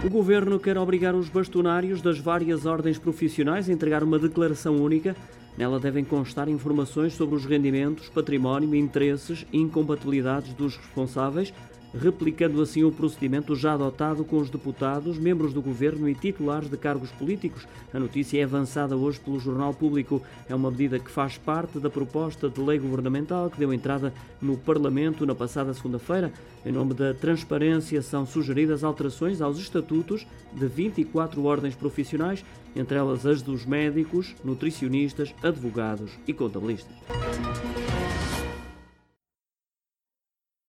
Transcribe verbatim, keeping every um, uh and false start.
O Governo quer obrigar os bastonários das várias ordens profissionais a entregar uma declaração única. Nela devem constar informações sobre os rendimentos, património, interesses e incompatibilidades dos responsáveis, replicando assim o procedimento já adotado com os deputados, membros do Governo e titulares de cargos políticos. A notícia é avançada hoje pelo Jornal Público. É uma medida que faz parte da proposta de lei governamental que deu entrada no Parlamento na passada segunda-feira. Em nome da transparência, são sugeridas alterações aos estatutos de vinte e quatro ordens profissionais, entre elas as dos médicos, nutricionistas, advogados e contabilistas.